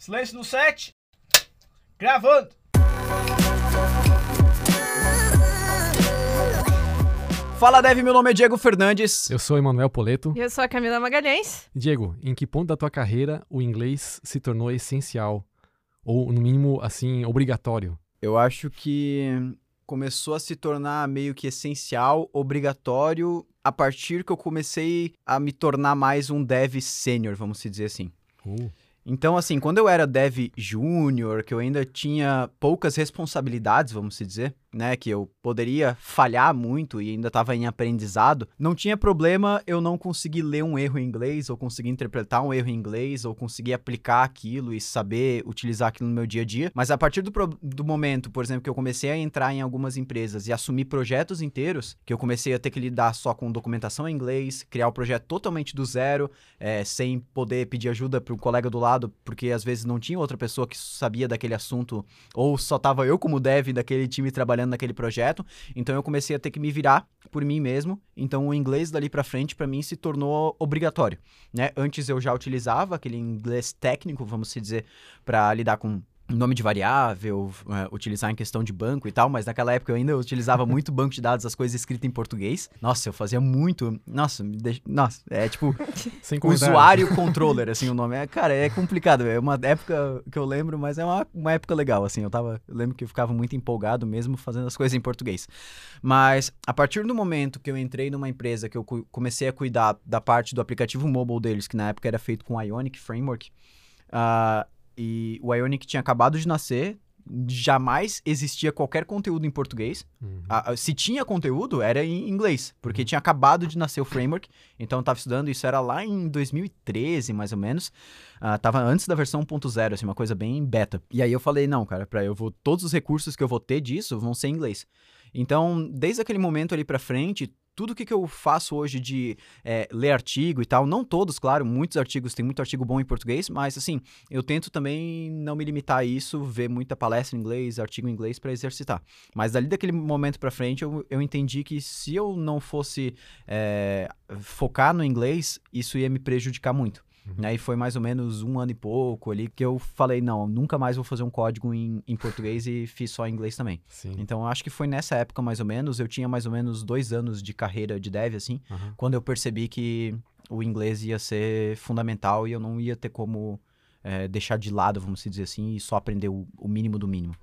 Silêncio no set. Gravando. Fala, Dev, meu nome é Diego Fernandes. Eu sou Emanuel Poleto. E eu sou a Camila Magalhães. Diego, em que ponto da tua carreira o inglês se tornou essencial? Ou, no mínimo, assim, obrigatório? Eu acho que começou a se tornar meio que essencial, obrigatório, a partir que eu comecei a me tornar mais um dev sênior, vamos dizer assim. Então, assim, quando eu era dev júnior, que eu ainda tinha poucas responsabilidades, vamos dizer, né, que eu poderia falhar muito e ainda estava em aprendizado, não tinha problema eu não conseguir ler um erro em inglês, ou conseguir interpretar um erro em inglês, ou conseguir aplicar aquilo e saber utilizar aquilo no meu dia a dia. Mas a partir do momento, por exemplo, que eu comecei a entrar em algumas empresas e assumir projetos inteiros, que eu comecei a ter que lidar só com documentação em inglês, criar o projeto totalmente do zero, sem poder pedir ajuda para o colega do lado, porque às vezes não tinha outra pessoa que sabia daquele assunto, ou só tava eu como dev daquele time trabalhando naquele projeto, então eu comecei a ter que me virar por mim mesmo, então o inglês dali pra frente pra mim se tornou obrigatório, né? Antes eu já utilizava aquele inglês técnico, vamos dizer, pra lidar com nome de variável, utilizar em questão de banco e tal, mas naquela época eu ainda utilizava muito banco de dados, as coisas escritas em português. Nossa, eu fazia muito... Nossa, é tipo usuário controller, assim, o nome. Cara, é complicado, é uma época que eu lembro, mas é uma época legal, assim, eu lembro que eu ficava muito empolgado mesmo fazendo as coisas em português. Mas a partir do momento que eu entrei numa empresa que eu comecei a cuidar da parte do aplicativo mobile deles, que na época era feito com Ionic Framework, e o Ionic tinha acabado de nascer, jamais existia qualquer conteúdo em português. Se tinha conteúdo, era em inglês, porque tinha acabado de nascer o framework, então eu estava estudando, isso era lá em 2013, mais ou menos. Tava antes da versão 1.0, assim, uma coisa bem beta. E aí eu falei, não, cara, todos os recursos que eu vou ter disso vão ser em inglês. Então, desde aquele momento ali pra frente, tudo que eu faço hoje de ler artigo e tal, não todos, claro, muitos artigos, tem muito artigo bom em português, mas assim, eu tento também não me limitar a isso, ver muita palestra em inglês, artigo em inglês para exercitar. Mas dali daquele momento para frente, eu entendi que se eu não fosse focar no inglês, isso ia me prejudicar muito. Aí foi mais ou menos 1 ano e pouco ali que eu falei, não, nunca mais vou fazer um código em português e fiz só em inglês também. Sim. Então eu acho que foi nessa época mais ou menos, eu tinha mais ou menos 2 anos de carreira de dev, assim, quando eu percebi que o inglês ia ser fundamental e eu não ia ter como deixar de lado, vamos dizer assim, e só aprender o mínimo do mínimo.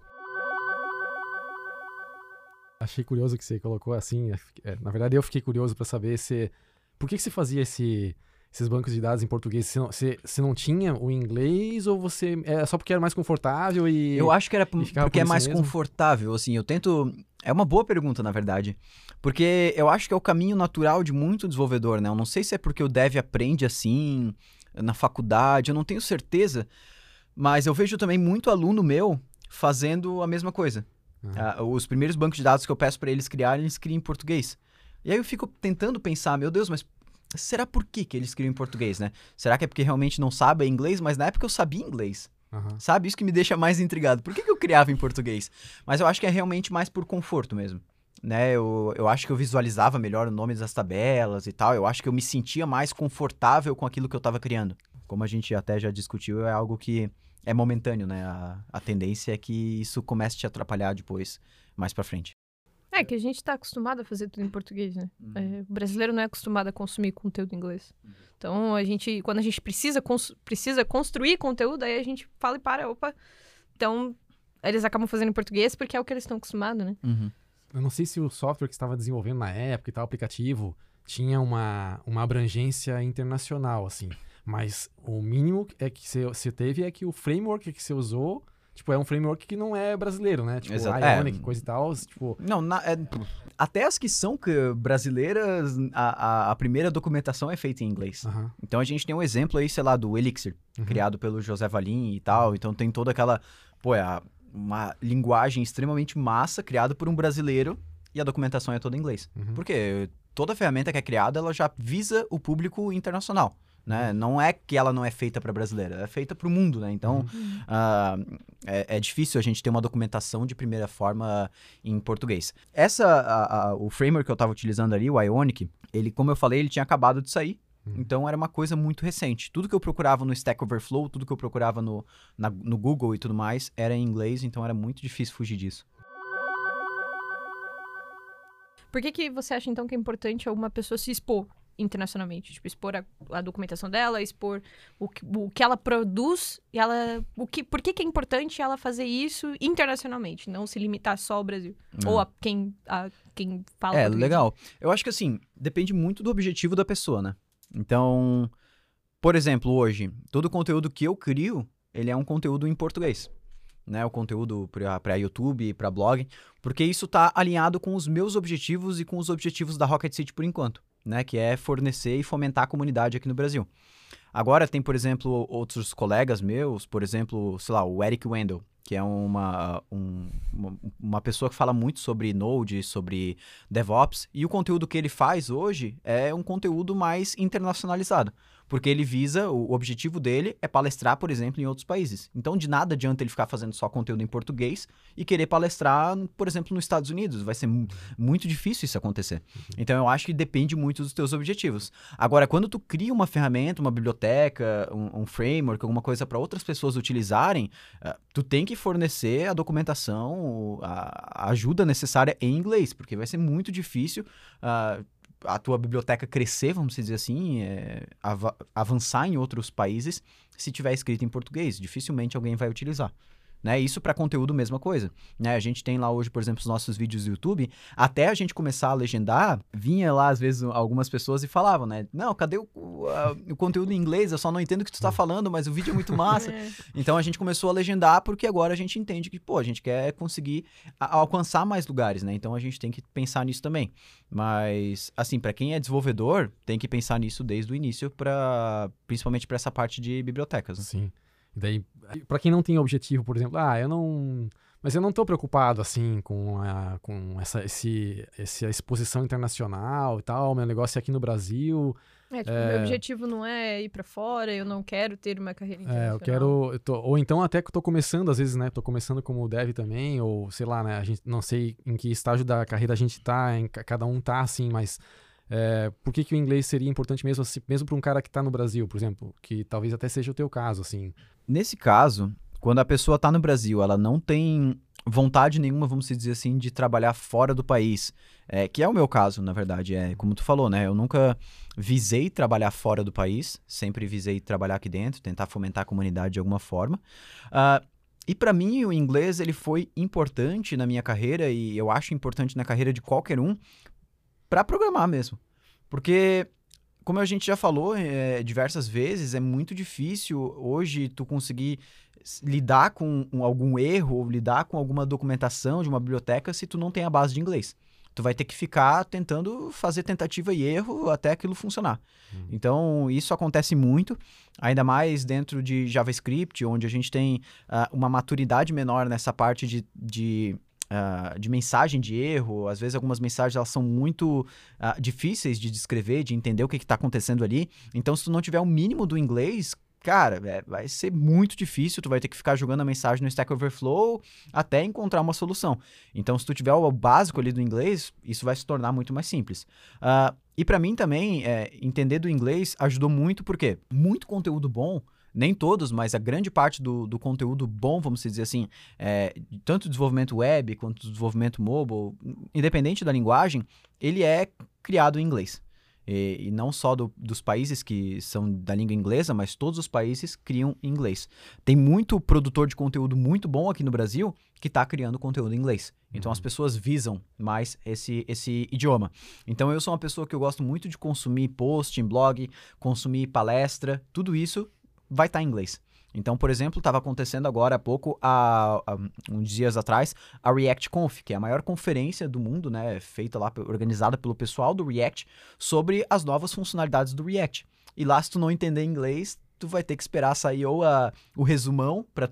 Achei curioso que você colocou assim, na verdade eu fiquei curioso para saber por que você fazia esses bancos de dados em português, você não tinha o inglês ou você... É só porque era mais confortável e... Eu acho que era porque é mais mesmo? confortável, assim, eu tento... É uma boa pergunta, na verdade, porque eu acho que é o caminho natural de muito desenvolvedor, né? Eu não sei se é porque o dev aprende assim, na faculdade, eu não tenho certeza, mas eu vejo também muito aluno meu fazendo a mesma coisa. Os primeiros bancos de dados que eu peço para eles criarem, eles criam em português. E aí eu fico tentando pensar, meu Deus, mas será por que eles criam em português, né? Será que é porque realmente não sabem inglês? Mas na época eu sabia inglês. Sabe? Isso que me deixa mais intrigado. Por que eu criava em português? Mas eu acho que é realmente mais por conforto mesmo. Né? Eu acho que eu visualizava melhor o nome das tabelas e tal. Eu acho que eu me sentia mais confortável com aquilo que eu estava criando. Como a gente até já discutiu, é algo que é momentâneo, né? A tendência é que isso comece a te atrapalhar depois, mais pra frente. É que a gente tá acostumado a fazer tudo em português, né? O brasileiro não é acostumado a consumir conteúdo em inglês. Então, quando a gente precisa construir conteúdo, aí a gente fala e para, opa. Então, eles acabam fazendo em português porque é o que eles estão acostumados, né? Eu não sei se o software que você estava desenvolvendo na época e tal, o aplicativo, tinha uma abrangência internacional, assim. Mas o mínimo que você teve é que o framework que você usou... Tipo, é um framework que não é brasileiro, né? Tipo, Ionic, coisa e tal, tipo... Não, até as que são brasileiras, a primeira documentação é feita em inglês. Então a gente tem um exemplo aí, sei lá, do Elixir, criado pelo José Valim e tal. Então tem toda aquela... uma linguagem extremamente massa, criada por um brasileiro, e a documentação é toda em inglês. Porque toda ferramenta que é criada, ela já visa o público internacional. Né? Não é que ela não é feita para brasileira, é feita para o mundo, né? Então, é difícil a gente ter uma documentação de primeira forma em português. O framework que eu estava utilizando ali, o Ionic, ele, como eu falei, ele tinha acabado de sair. Então era uma coisa muito recente. Tudo que eu procurava no Stack Overflow, tudo que eu procurava no Google e tudo mais, era em inglês, então era muito difícil fugir disso. Por que você acha, então, que é importante uma pessoa se expor internacionalmente? Tipo, expor a documentação dela, expor o que ela produz e por que é importante ela fazer isso internacionalmente, não se limitar só ao Brasil? Ou a quem fala português. Legal. Eu acho que, assim, depende muito do objetivo da pessoa, né? Então, por exemplo, hoje, todo o conteúdo que eu crio, ele é um conteúdo em português. Né, o conteúdo para YouTube, para blog, porque isso está alinhado com os meus objetivos e com os objetivos da Rocket City por enquanto, né, que é fornecer e fomentar a comunidade aqui no Brasil. Agora tem, por exemplo, outros colegas meus, por exemplo, sei lá, o Eric Wendell, que é uma pessoa que fala muito sobre Node, sobre DevOps, e o conteúdo que ele faz hoje é um conteúdo mais internacionalizado, porque ele visa, o objetivo dele é palestrar, por exemplo, em outros países. Então, de nada adianta ele ficar fazendo só conteúdo em português e querer palestrar, por exemplo, nos Estados Unidos. Vai ser muito difícil isso acontecer. Então, eu acho que depende muito dos teus objetivos. Agora, quando tu cria uma ferramenta, uma biblioteca, um framework, alguma coisa para outras pessoas utilizarem, tu tem que fornecer a documentação, a ajuda necessária em inglês, porque vai ser muito difícil a tua biblioteca crescer, vamos dizer assim, avançar em outros países se tiver escrito em português. Dificilmente alguém vai utilizar. Né? Isso para conteúdo, mesma coisa. Né? A gente tem lá hoje, por exemplo, os nossos vídeos do YouTube. Até a gente começar a legendar, vinha lá, às vezes, algumas pessoas e falavam, né? Não, cadê o conteúdo em inglês? Eu só não entendo o que tu tá falando, mas o vídeo é muito massa. Então, a gente começou a legendar porque agora a gente entende que, a gente quer conseguir alcançar mais lugares, né? Então, a gente tem que pensar nisso também. Mas, assim, para quem é desenvolvedor, tem que pensar nisso desde o início, principalmente para essa parte de bibliotecas. Né? Sim. E daí, para quem não tem objetivo, por exemplo, mas eu não tô preocupado, assim, com essa exposição internacional e tal, meu negócio é aqui no Brasil. Meu objetivo não é ir para fora, eu não quero ter uma carreira internacional. Ou então até que eu tô começando, às vezes, né, tô começando como dev também, ou sei lá, né, a gente não sei em que estágio da carreira a gente tá, cada um tá, assim, mas... por que o inglês seria importante mesmo para um cara que está no Brasil, por exemplo, que talvez até seja o teu caso, assim? Nesse caso, quando a pessoa está no Brasil, ela não tem vontade nenhuma, vamos dizer assim, de trabalhar fora do país, que é o meu caso, na verdade, como tu falou, né? Eu nunca visei trabalhar fora do país, sempre visei trabalhar aqui dentro, tentar fomentar a comunidade de alguma forma. E para mim, o inglês ele foi importante na minha carreira, e eu acho importante na carreira de qualquer um, para programar mesmo. Porque, como a gente já falou diversas vezes, é muito difícil hoje tu conseguir lidar com algum erro ou lidar com alguma documentação de uma biblioteca se tu não tem a base de inglês. Tu vai ter que ficar tentando fazer tentativa e erro até aquilo funcionar. Então, isso acontece muito, ainda mais dentro de JavaScript, onde a gente tem uma maturidade menor nessa parte de mensagem de erro. Às vezes algumas mensagens elas são muito difíceis de descrever, de entender o que está acontecendo ali. Então, se tu não tiver o mínimo do inglês, cara, vai ser muito difícil. Tu vai ter que ficar jogando a mensagem no Stack Overflow até encontrar uma solução. Então, se tu tiver o básico ali do inglês, isso vai se tornar muito mais simples. E para mim também, entender do inglês ajudou muito, porque muito conteúdo bom, nem todos, mas a grande parte do conteúdo bom, vamos dizer assim, tanto do desenvolvimento web quanto do desenvolvimento mobile, independente da linguagem, ele é criado em inglês. E não só dos países que são da língua inglesa, mas todos os países criam em inglês. Tem muito produtor de conteúdo muito bom aqui no Brasil que está criando conteúdo em inglês. Então as pessoas visam mais esse idioma. Então eu sou uma pessoa que eu gosto muito de consumir post em blog, consumir palestra, tudo isso vai estar em inglês. Então, por exemplo, estava acontecendo agora há pouco, uns dias atrás, a ReactConf, que é a maior conferência do mundo, né, feita lá, organizada pelo pessoal do React, sobre as novas funcionalidades do React. E lá, se tu não entender inglês, tu vai ter que esperar sair ou o resumão para tu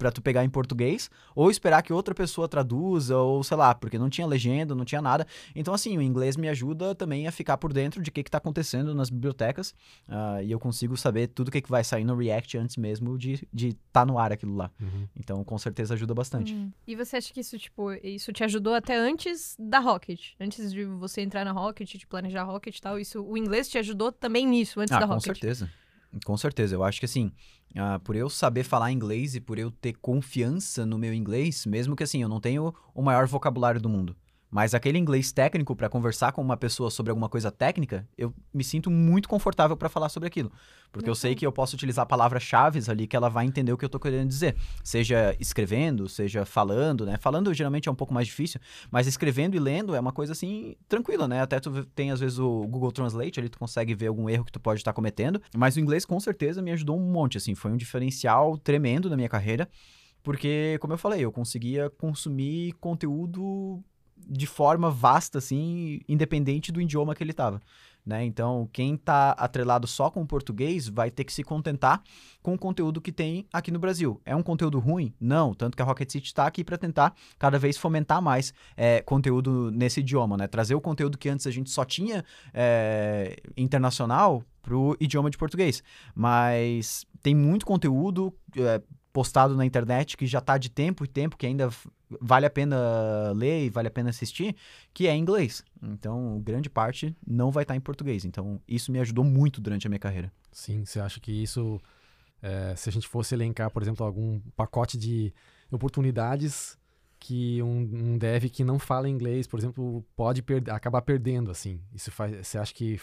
pra tu pegar em português, ou esperar que outra pessoa traduza, ou sei lá, porque não tinha legenda, não tinha nada. Então, assim, o inglês me ajuda também a ficar por dentro de o que tá acontecendo nas bibliotecas, e eu consigo saber tudo o que vai sair no React antes mesmo de tá no ar aquilo lá. Então, com certeza ajuda bastante. E você acha que isso, tipo, isso te ajudou até antes da Rocket? Antes de você entrar na Rocket, de planejar a Rocket e tal, o inglês te ajudou também nisso, antes da Rocket? Com certeza. Com certeza. Eu acho que, assim, por eu saber falar inglês e por eu ter confiança no meu inglês, mesmo que, assim, eu não tenho o maior vocabulário do mundo, mas aquele inglês técnico para conversar com uma pessoa sobre alguma coisa técnica, eu me sinto muito confortável para falar sobre aquilo. Porque eu sei que eu posso utilizar palavras-chave ali que ela vai entender o que eu tô querendo dizer. Seja escrevendo, seja falando, né? Falando geralmente é um pouco mais difícil, mas escrevendo e lendo é uma coisa assim tranquila, né? Até tu tem às vezes o Google Translate, ali tu consegue ver algum erro que tu pode estar cometendo. Mas o inglês com certeza me ajudou um monte, assim. Foi um diferencial tremendo na minha carreira. Porque, como eu falei, eu conseguia consumir conteúdo de forma vasta, assim, independente do idioma que ele estava, né? Então, quem está atrelado só com o português vai ter que se contentar com o conteúdo que tem aqui no Brasil. É um conteúdo ruim? Não, tanto que a Rocket City está aqui para tentar cada vez fomentar mais conteúdo nesse idioma, né? Trazer o conteúdo que antes a gente só tinha internacional para o idioma de português. Mas tem muito conteúdo postado na internet que já está de tempo e tempo, que ainda vale a pena ler e vale a pena assistir, que é em inglês. Então, grande parte não vai estar em português. Então, isso me ajudou muito durante a minha carreira. Sim, você acha que isso, se a gente fosse elencar, por exemplo, algum pacote de oportunidades que um dev que não fala inglês, por exemplo, pode acabar perdendo, assim? Isso você acha que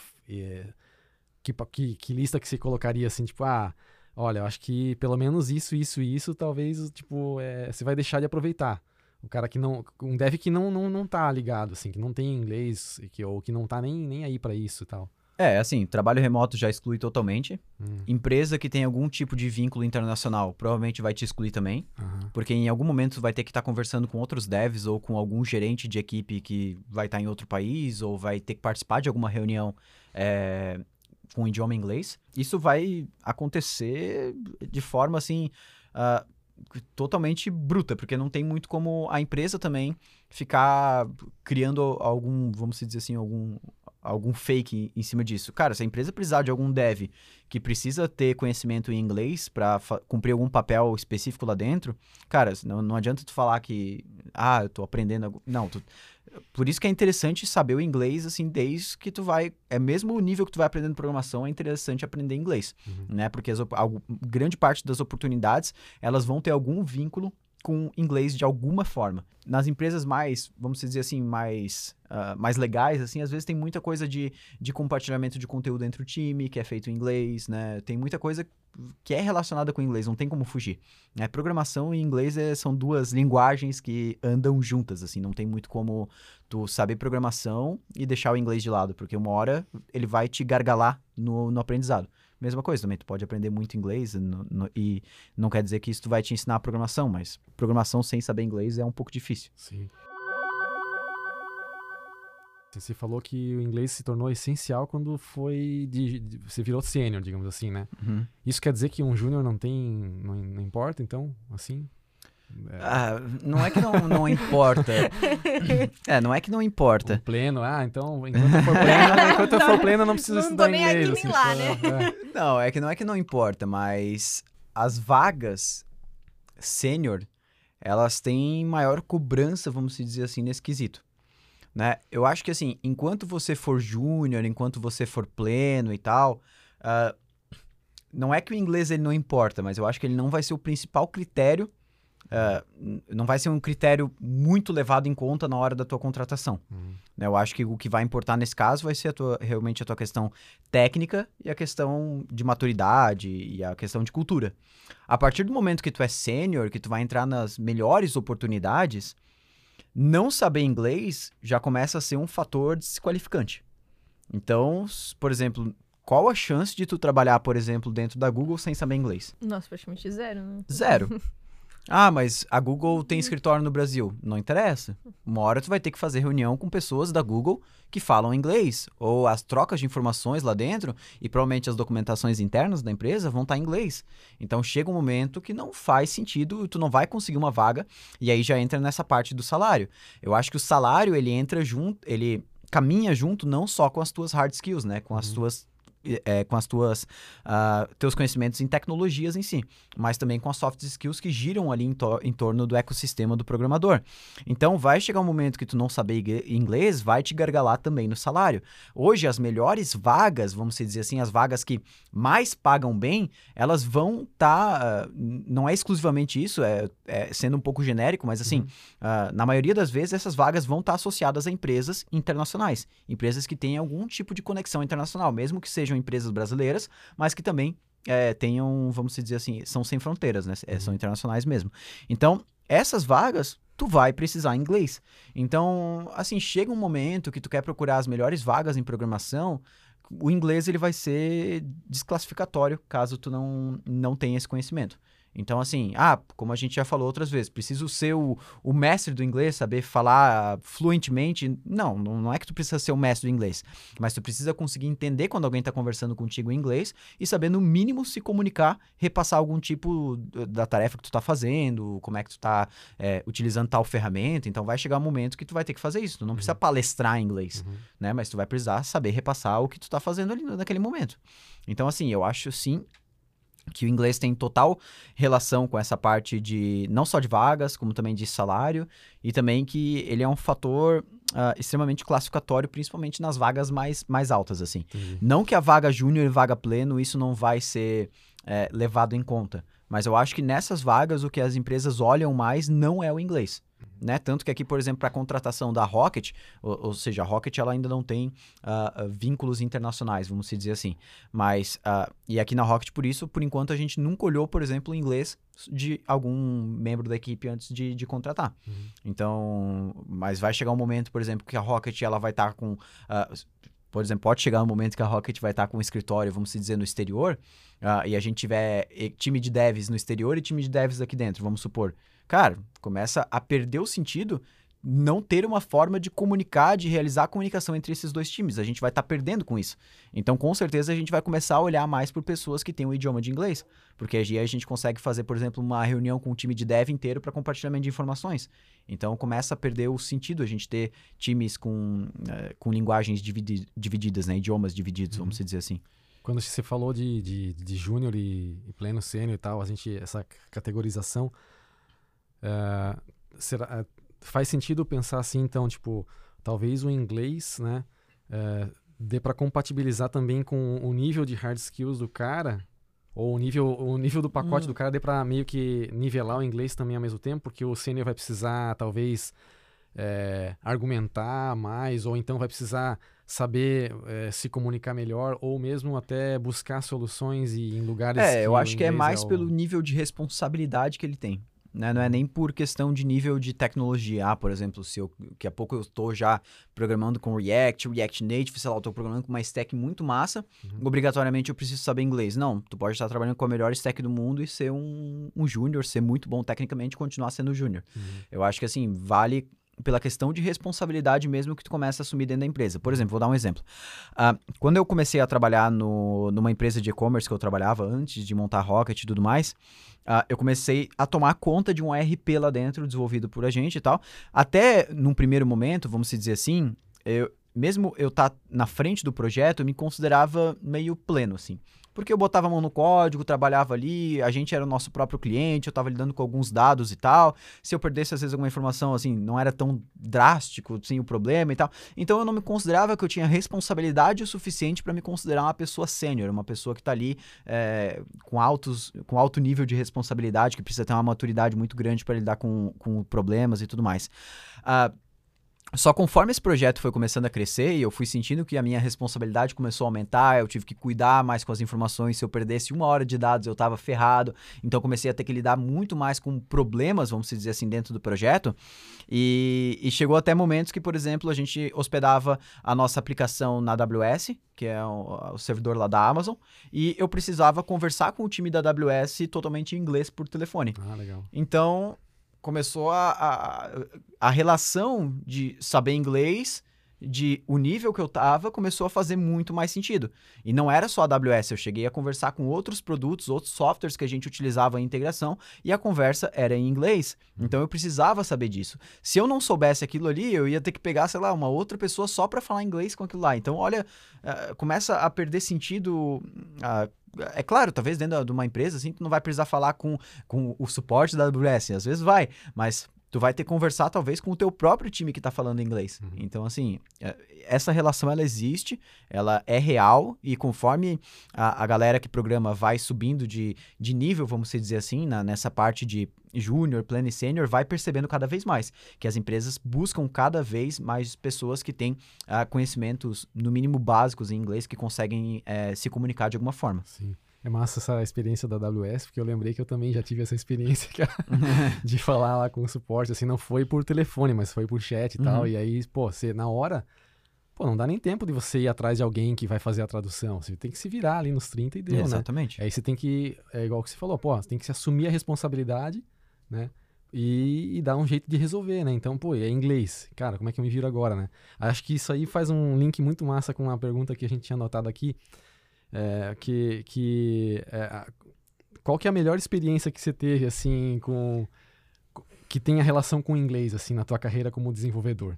lista que você colocaria, assim, tipo, olha, eu acho que pelo menos isso, talvez, tipo, você vai deixar de aproveitar. O cara que não... Um dev que não tá ligado, assim, que não tem inglês, ou que não tá nem aí pra isso e tal. Assim, trabalho remoto já exclui totalmente. Empresa que tem algum tipo de vínculo internacional provavelmente vai te excluir também. Porque em algum momento tu vai ter que estar conversando com outros devs ou com algum gerente de equipe que vai estar em outro país ou vai ter que participar de alguma reunião com idioma inglês. Isso vai acontecer de forma, assim, totalmente bruta, porque não tem muito como a empresa também ficar criando algum, vamos dizer assim, algum fake em cima disso. Cara, se a empresa precisar de algum dev que precisa ter conhecimento em inglês para cumprir algum papel específico lá dentro, cara, não adianta tu falar que, eu tô aprendendo... Não, por isso que é interessante saber o inglês, assim, desde que tu vai... Mesmo o nível que tu vai aprendendo programação, é interessante aprender inglês, né? Porque grande parte das oportunidades, elas vão ter algum vínculo com inglês de alguma forma. Nas empresas mais, vamos dizer assim, mais legais, assim, às vezes tem muita coisa de compartilhamento de conteúdo entre o time, que é feito em inglês, né? Tem muita coisa que é relacionada com o inglês, não tem como fugir, né? Programação e inglês são duas linguagens que andam juntas, assim, não tem muito como tu saber programação e deixar o inglês de lado, porque uma hora ele vai te gargalar no aprendizado. Mesma coisa também, tu pode aprender muito inglês e não quer dizer que isso tu vai te ensinar a programação, mas programação sem saber inglês é um pouco difícil. Sim. Você falou que o inglês se tornou essencial quando você virou sênior, digamos assim, né? Isso quer dizer que um júnior não importa, então, assim? Não é que não importa. Não é que não importa. O pleno, então, enquanto eu for pleno, eu não preciso estudar inglês. Não tô nem aqui nem lá, né? Não é que não importa, mas as vagas sênior, elas têm maior cobrança, vamos dizer assim, nesse quesito, né? Eu acho que, assim, enquanto você for júnior, enquanto você for pleno e tal, não é que o inglês ele não importa, mas eu acho que ele não vai ser o principal critério. Não vai ser um critério muito levado em conta na hora da tua contratação. Né? Eu acho que o que vai importar nesse caso vai ser realmente a tua questão técnica e a questão de maturidade e a questão de cultura. A partir do momento que tu é sênior, que tu vai entrar nas melhores oportunidades, não saber inglês já começa a ser um fator desqualificante. Então, por exemplo, qual a chance de tu trabalhar, por exemplo, dentro da Google sem saber inglês? Nossa, praticamente zero, né? Zero. Ah, mas a Google tem escritório no Brasil. Não interessa. Uma hora tu vai ter que fazer reunião com pessoas da Google que falam inglês. Ou as trocas de informações lá dentro e provavelmente as documentações internas da empresa vão estar em inglês. Então chega um momento que não faz sentido, tu não vai conseguir uma vaga e aí já entra nessa parte do salário. Eu acho que o salário, ele entra junto, ele caminha junto não só com as tuas hard skills, né? Com as tuas teus conhecimentos em tecnologias em si, mas também com as soft skills que giram ali em torno do ecossistema do programador. Então, vai chegar um momento que tu não saber inglês, vai te gargalar também no salário. Hoje, as melhores vagas, vamos dizer assim, as vagas que mais pagam bem, elas vão estar, não é exclusivamente isso, sendo um pouco genérico, mas assim, na maioria das vezes, essas vagas vão estar associadas a empresas internacionais, empresas que têm algum tipo de conexão internacional, mesmo que sejam empresas brasileiras, mas que também tenham, vamos dizer assim, são sem fronteiras, né? São internacionais mesmo. Então, essas vagas, tu vai precisar inglês. Então, assim, chega um momento que tu quer procurar as melhores vagas em programação, o inglês ele vai ser desclassificatório caso tu não tenha esse conhecimento. Então, assim, como a gente já falou outras vezes, preciso ser o mestre do inglês, saber falar fluentemente. Não é que tu precisa ser o mestre do inglês, mas tu precisa conseguir entender quando alguém está conversando contigo em inglês e saber, no mínimo, se comunicar, repassar algum tipo da tarefa que tu está fazendo, como é que tu está utilizando tal ferramenta. Então, vai chegar um momento que tu vai ter que fazer isso. Tu não precisa palestrar em inglês, né? Mas tu vai precisar saber repassar o que tu está fazendo ali naquele momento. Então, assim, eu acho, sim, que o inglês tem total relação com essa parte de não só de vagas, como também de salário, e também que ele é um fator extremamente classificatório, principalmente nas vagas mais altas, assim. Não que a vaga júnior e vaga pleno, isso não vai ser levado em conta, mas eu acho que nessas vagas o que as empresas olham mais não é o inglês. Né? Tanto que aqui, por exemplo, para a contratação da Rocket, ou seja, a Rocket ela ainda não tem vínculos internacionais, vamos dizer assim. Mas, e aqui na Rocket, por isso, por enquanto, a gente nunca olhou, por exemplo, o inglês de algum membro da equipe antes de contratar. Então, mas vai chegar um momento, por exemplo, que a Rocket ela vai estar com... por exemplo, pode chegar um momento que a Rocket vai estar com um escritório, vamos dizer, no exterior, e a gente tiver time de devs no exterior e time de devs aqui dentro, vamos supor. Cara, começa a perder o sentido não ter uma forma de comunicar, de realizar a comunicação entre esses dois times. A gente vai estar perdendo com isso. Então, com certeza, a gente vai começar a olhar mais por pessoas que têm o idioma de inglês. Porque aí a gente consegue fazer, por exemplo, uma reunião com o time de dev inteiro para compartilhamento de informações. Então, começa a perder o sentido a gente ter times com linguagens divididas, né? Idiomas divididos, vamos dizer assim. Quando você falou de júnior e pleno sênior e tal, essa categorização... faz sentido pensar assim, então, tipo, talvez o inglês, né, dê para compatibilizar também com o nível de hard skills do cara, ou o nível do pacote do cara dê para meio que nivelar o inglês também ao mesmo tempo, porque o sênior vai precisar, talvez, argumentar mais, ou então vai precisar saber se comunicar melhor, ou mesmo até buscar soluções em lugares que eu acho que é mais o... pelo nível de responsabilidade que ele tem. Né? Não é nem por questão de nível de tecnologia. Por exemplo, se daqui a pouco eu estou já programando com React Native, sei lá, eu estou programando com uma stack muito massa, obrigatoriamente eu preciso saber inglês. Não, tu pode estar trabalhando com a melhor stack do mundo e ser um júnior, ser muito bom tecnicamente e continuar sendo júnior. Eu acho que assim, vale pela questão de responsabilidade mesmo que tu começa a assumir dentro da empresa. Por exemplo, vou dar um exemplo. Quando eu comecei a trabalhar numa empresa de e-commerce que eu trabalhava antes de montar a Rocket e tudo mais, eu comecei a tomar conta de um ERP lá dentro, desenvolvido por a gente e tal. Até num primeiro momento, vamos dizer assim, mesmo eu estar na frente do projeto, eu me considerava meio pleno, assim. Porque eu botava a mão no código, trabalhava ali, a gente era o nosso próprio cliente, eu estava lidando com alguns dados e tal. Se eu perdesse, às vezes, alguma informação, assim, não era tão drástico, assim, o problema e tal. Então, eu não me considerava que eu tinha responsabilidade o suficiente para me considerar uma pessoa sênior, uma pessoa que está ali com alto nível de responsabilidade, que precisa ter uma maturidade muito grande para lidar com problemas e tudo mais. Só conforme esse projeto foi começando a crescer e eu fui sentindo que a minha responsabilidade começou a aumentar, eu tive que cuidar mais com as informações, se eu perdesse 1 hora de dados eu estava ferrado, então eu comecei a ter que lidar muito mais com problemas, vamos dizer assim, dentro do projeto, e chegou até momentos que, por exemplo, a gente hospedava a nossa aplicação na AWS, que é o servidor lá da Amazon, e eu precisava conversar com o time da AWS totalmente em inglês por telefone. Ah, legal. Então, começou a relação de saber inglês, de o nível que eu tava, começou a fazer muito mais sentido. E não era só a AWS, eu cheguei a conversar com outros produtos, outros softwares que a gente utilizava em integração, e a conversa era em inglês. Então eu precisava saber disso. Se eu não soubesse aquilo ali, eu ia ter que pegar, sei lá, uma outra pessoa só para falar inglês com aquilo lá. Então, olha, começa a perder sentido. É claro, talvez dentro de uma empresa, assim, tu não vai precisar falar com o suporte da AWS. Às vezes vai, mas tu vai ter que conversar, talvez, com o teu próprio time que tá falando inglês. Então, assim, essa relação, ela existe, ela é real, e conforme a galera que programa vai subindo de nível, vamos dizer assim, nessa parte de júnior, pleno e sênior, vai percebendo cada vez mais que as empresas buscam cada vez mais pessoas que têm conhecimentos, no mínimo básicos em inglês, que conseguem se comunicar de alguma forma. Sim. É massa essa experiência da AWS, porque eu lembrei que eu também já tive essa experiência de falar lá com o suporte, assim, não foi por telefone, mas foi por chat e tal, e aí, pô, você, na hora, não dá nem tempo de você ir atrás de alguém que vai fazer a tradução, você tem que se virar ali nos 30 e deu, Exatamente. Né? Aí você tem que, é igual que você falou, você tem que se assumir a responsabilidade, né, e dar um jeito de resolver, né, então, é inglês, cara, como é que eu me viro agora, né? Acho que isso aí faz um link muito massa com uma pergunta que a gente tinha anotado aqui, qual que é a melhor experiência que você teve, assim, que tenha relação com o inglês, assim, na tua carreira como desenvolvedor?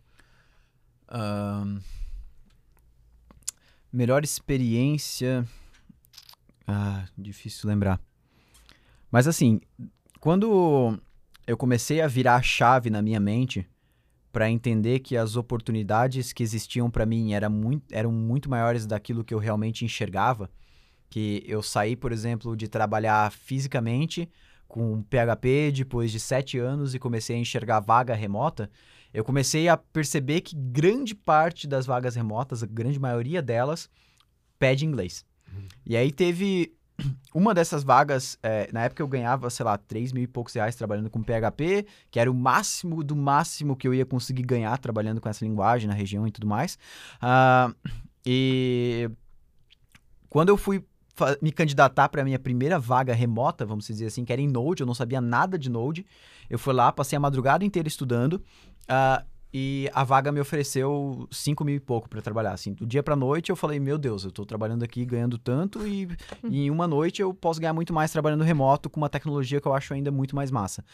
Melhor experiência... difícil lembrar. Mas, assim, quando eu comecei a virar a chave na minha mente para entender que as oportunidades que existiam para mim eram muito maiores daquilo que eu realmente enxergava, que eu saí, por exemplo, de trabalhar fisicamente com PHP depois de 7 anos e comecei a enxergar vaga remota, eu comecei a perceber que grande parte das vagas remotas, a grande maioria delas, pede inglês. E aí teve uma dessas vagas, na época eu ganhava, sei lá, 3 mil e poucos reais trabalhando com PHP, que era o máximo do máximo que eu ia conseguir ganhar trabalhando com essa linguagem na região e tudo mais. E quando eu fui me candidatar para a minha primeira vaga remota, vamos dizer assim, que era em Node, eu não sabia nada de Node, eu fui lá, passei a madrugada inteira estudando, e a vaga me ofereceu 5 mil e pouco para trabalhar. Assim, do dia para noite eu falei, meu Deus, eu estou trabalhando aqui ganhando tanto e em uma noite eu posso ganhar muito mais trabalhando remoto com uma tecnologia que eu acho ainda muito mais massa.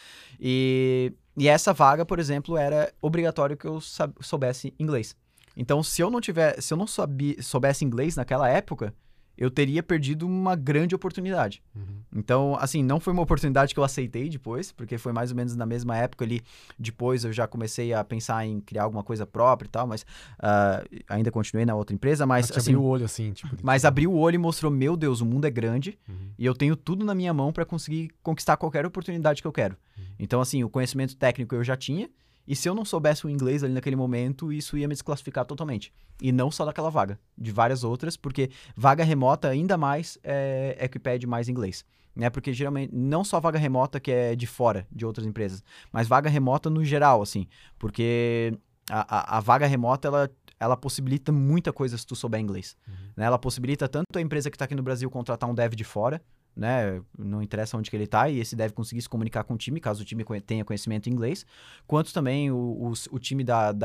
E essa vaga, por exemplo, era obrigatório que eu soubesse inglês. Então, se eu não soubesse inglês naquela época, eu teria perdido uma grande oportunidade. Então, assim, não foi uma oportunidade que eu aceitei depois, porque foi mais ou menos na mesma época ali, depois eu já comecei a pensar em criar alguma coisa própria e tal, mas ainda continuei na outra empresa, mas assim... abriu o olho, assim, tipo... Mas abriu o olho e mostrou, meu Deus, o mundo é grande e eu tenho tudo na minha mão para conseguir conquistar qualquer oportunidade que eu quero. Então, assim, o conhecimento técnico eu já tinha, e se eu não soubesse o inglês ali naquele momento, isso ia me desclassificar totalmente. E não só daquela vaga, de várias outras, porque vaga remota ainda mais é que pede mais inglês. Né? Porque geralmente, não só vaga remota que é de fora de outras empresas, mas vaga remota no geral, assim. Porque a vaga remota, ela possibilita muita coisa se tu souber inglês. Né? Ela possibilita tanto a empresa que está aqui no Brasil contratar um dev de fora, né? Não interessa onde que ele está, e esse deve conseguir se comunicar com o time, caso o time tenha conhecimento em inglês, quanto também o time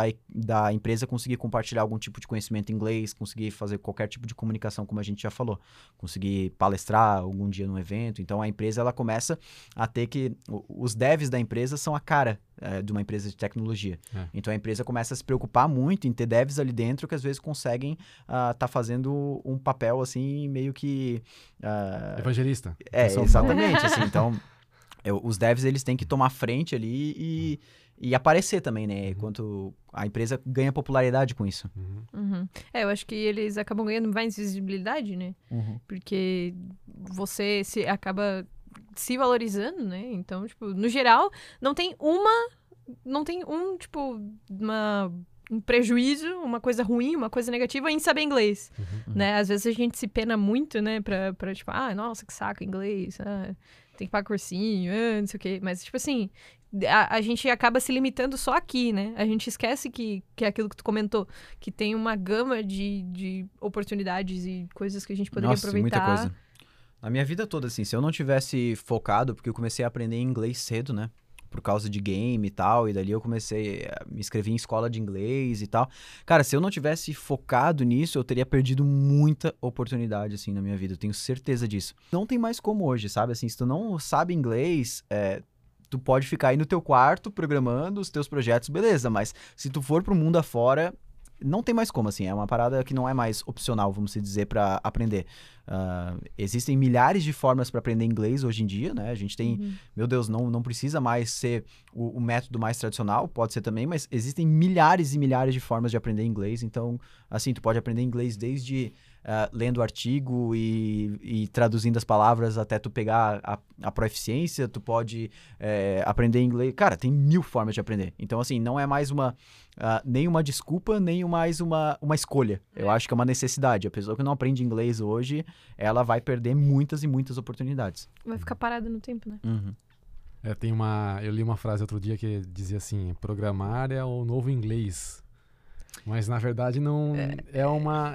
da empresa conseguir compartilhar algum tipo de conhecimento em inglês, conseguir fazer qualquer tipo de comunicação, como a gente já falou, conseguir palestrar algum dia num evento. Então a empresa, ela começa a ter que... Os devs da empresa são a cara de uma empresa de tecnologia. Então a empresa começa a se preocupar muito em ter devs ali dentro que às vezes conseguem tá fazendo um papel assim, meio que... evangelista. Exatamente. Assim, então, os devs, eles têm que tomar frente ali e aparecer também, né? Enquanto a empresa ganha popularidade com isso. Eu acho que eles acabam ganhando mais visibilidade, né? Porque você acaba se valorizando, né? Então, tipo, no geral, não tem uma um prejuízo, uma coisa ruim, uma coisa negativa em saber inglês, né? Às vezes a gente se pena muito, né, pra tipo, nossa, que saco inglês, tem que pagar cursinho, não sei o quê. Mas, tipo assim, a gente acaba se limitando só aqui, né? A gente esquece que é aquilo que tu comentou, que tem uma gama de oportunidades e coisas que a gente poderia aproveitar. Muita coisa. Na minha vida toda, assim, se eu não tivesse focado, porque eu comecei a aprender inglês cedo, né? Por causa de game e tal, e dali eu comecei a me inscrever em escola de inglês e tal. Cara, se eu não tivesse focado nisso, eu teria perdido muita oportunidade, assim, na minha vida. Eu tenho certeza disso. Não tem mais como hoje, sabe? Assim, se tu não sabe inglês, tu pode ficar aí no teu quarto programando os teus projetos, beleza. Mas se tu for pro mundo afora, não tem mais como, assim. É uma parada que não é mais opcional, vamos dizer, pra aprender. Existem milhares de formas para aprender inglês hoje em dia, né? A gente tem, meu Deus, não precisa mais ser o método mais tradicional, pode ser também, mas existem milhares e milhares de formas de aprender inglês. Então, assim, tu pode aprender inglês desde lendo artigo e traduzindo as palavras até tu pegar a proeficiência, tu pode aprender inglês. Cara, tem 1000 formas de aprender. Então, assim, não é mais nem uma desculpa, nem mais uma escolha. Eu acho que é uma necessidade. A pessoa que não aprende inglês hoje, ela vai perder muitas e muitas oportunidades. Vai ficar parada no tempo, né? Eu li uma frase outro dia que dizia assim, programar é o novo inglês. Mas, na verdade, não é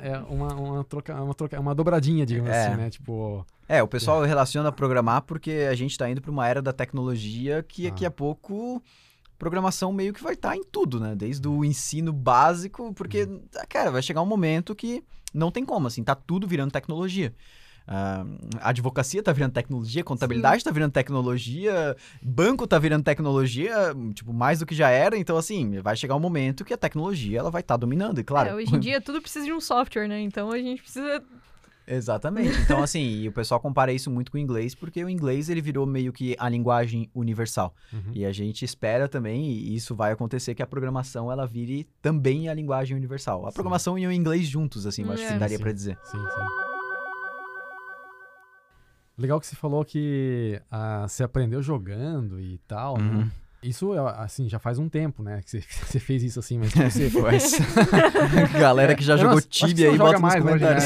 uma dobradinha, digamos assim, né? Tipo... o pessoal relaciona programar porque a gente tá indo para uma era da tecnologia que daqui a pouco programação meio que vai estar em tudo, né? Desde o ensino básico, porque, cara, vai chegar um momento que não tem como, assim, tá tudo virando tecnologia. A advocacia tá virando tecnologia, contabilidade tá virando tecnologia, banco tá virando tecnologia, tipo, mais do que já era. Então, assim, vai chegar um momento que a tecnologia ela vai estar dominando, e claro... hoje em dia tudo precisa de um software, né? Então, a gente precisa... Exatamente. Então, assim, e o pessoal compara isso muito com o inglês, porque o inglês, ele virou meio que a linguagem universal. E a gente espera também, e isso vai acontecer, que a programação, ela vire também a linguagem universal. A programação e o inglês juntos, assim, eu acho que daria pra dizer. Sim. Legal que você falou que você aprendeu jogando e tal, né? Isso, assim, já faz um tempo, né? Que você fez isso assim, mas você faz. Galera que já jogou Tibia aí, bota nos comentários.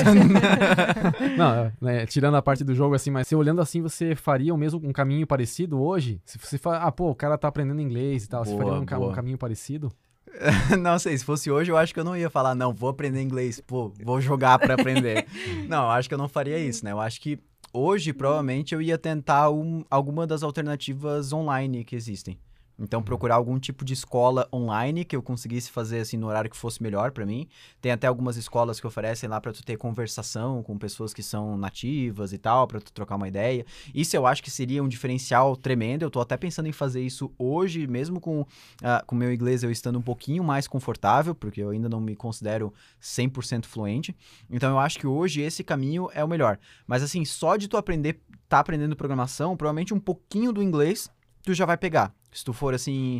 Não, né, tirando a parte do jogo, assim, mas você olhando assim, você faria um caminho parecido hoje? Se você fala, o cara tá aprendendo inglês e tal, você faria um caminho parecido? Não sei, se fosse hoje eu acho que eu não ia falar, não, vou aprender inglês, vou jogar pra aprender. Não, eu acho que eu não faria isso, né? Eu acho que hoje, provavelmente, eu ia tentar alguma das alternativas online que existem. Então, procurar algum tipo de escola online que eu conseguisse fazer, assim, no horário que fosse melhor pra mim. Tem até algumas escolas que oferecem lá pra tu ter conversação com pessoas que são nativas e tal, pra tu trocar uma ideia. Isso eu acho que seria um diferencial tremendo. Eu tô até pensando em fazer isso hoje, mesmo com o meu inglês eu estando um pouquinho mais confortável, porque eu ainda não me considero 100% fluente. Então, eu acho que hoje esse caminho é o melhor. Mas, assim, só de tu tá aprendendo programação, provavelmente um pouquinho do inglês tu já vai pegar. Se tu for, assim,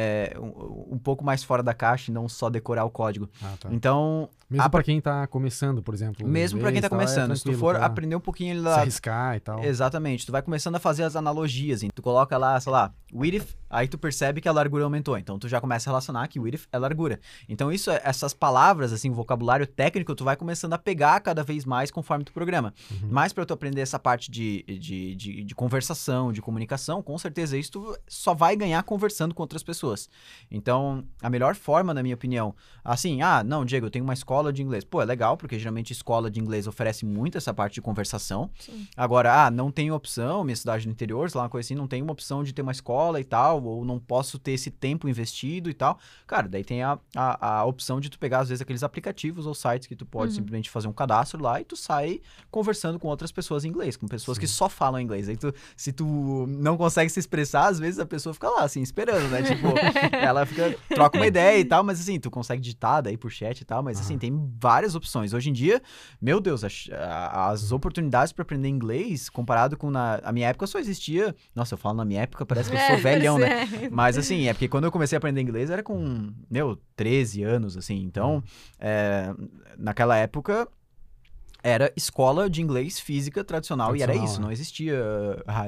um pouco mais fora da caixa e não só decorar o código. Tá. Então... Mesmo pra quem tá começando, por exemplo. Mesmo pra quem tá começando. Se tu for aprender um pouquinho... Se arriscar e tal. Exatamente. Tu vai começando a fazer as analogias. Tu coloca lá, sei lá, width, aí tu percebe que a largura aumentou. Então, tu já começa a relacionar que width é largura. Então, essas palavras, assim, vocabulário técnico, tu vai começando a pegar cada vez mais conforme tu programa. Mas pra tu aprender essa parte de conversação, de comunicação, com certeza isso tu só vai ganhar conversando com outras pessoas. Então, a melhor forma, na minha opinião, assim, não, Diego, eu tenho uma escola de inglês. É legal, porque geralmente escola de inglês oferece muito essa parte de conversação. Sim. Agora, não tenho opção, minha cidade no interior, sei lá, uma coisa assim, não tenho uma opção de ter uma escola e tal, ou não posso ter esse tempo investido e tal. Cara, daí tem a opção de tu pegar, às vezes, aqueles aplicativos ou sites que tu pode simplesmente fazer um cadastro lá e tu sai conversando com outras pessoas em inglês, com pessoas que só falam inglês. Aí se tu não consegue se expressar, às vezes a pessoa fica lá, assim, esperando, né? Tipo, ela troca uma ideia e tal, mas assim, tu consegue digitar daí por chat e tal, mas assim, tem várias opções. Hoje em dia, meu Deus, as oportunidades para aprender inglês, comparado com a minha época, só existia... Nossa, eu falo na minha época, parece que eu sou velhão, né? Mas assim, é porque quando eu comecei a aprender inglês era com, 13 anos, assim. Então, naquela época... era escola de inglês física tradicional e era isso, não existia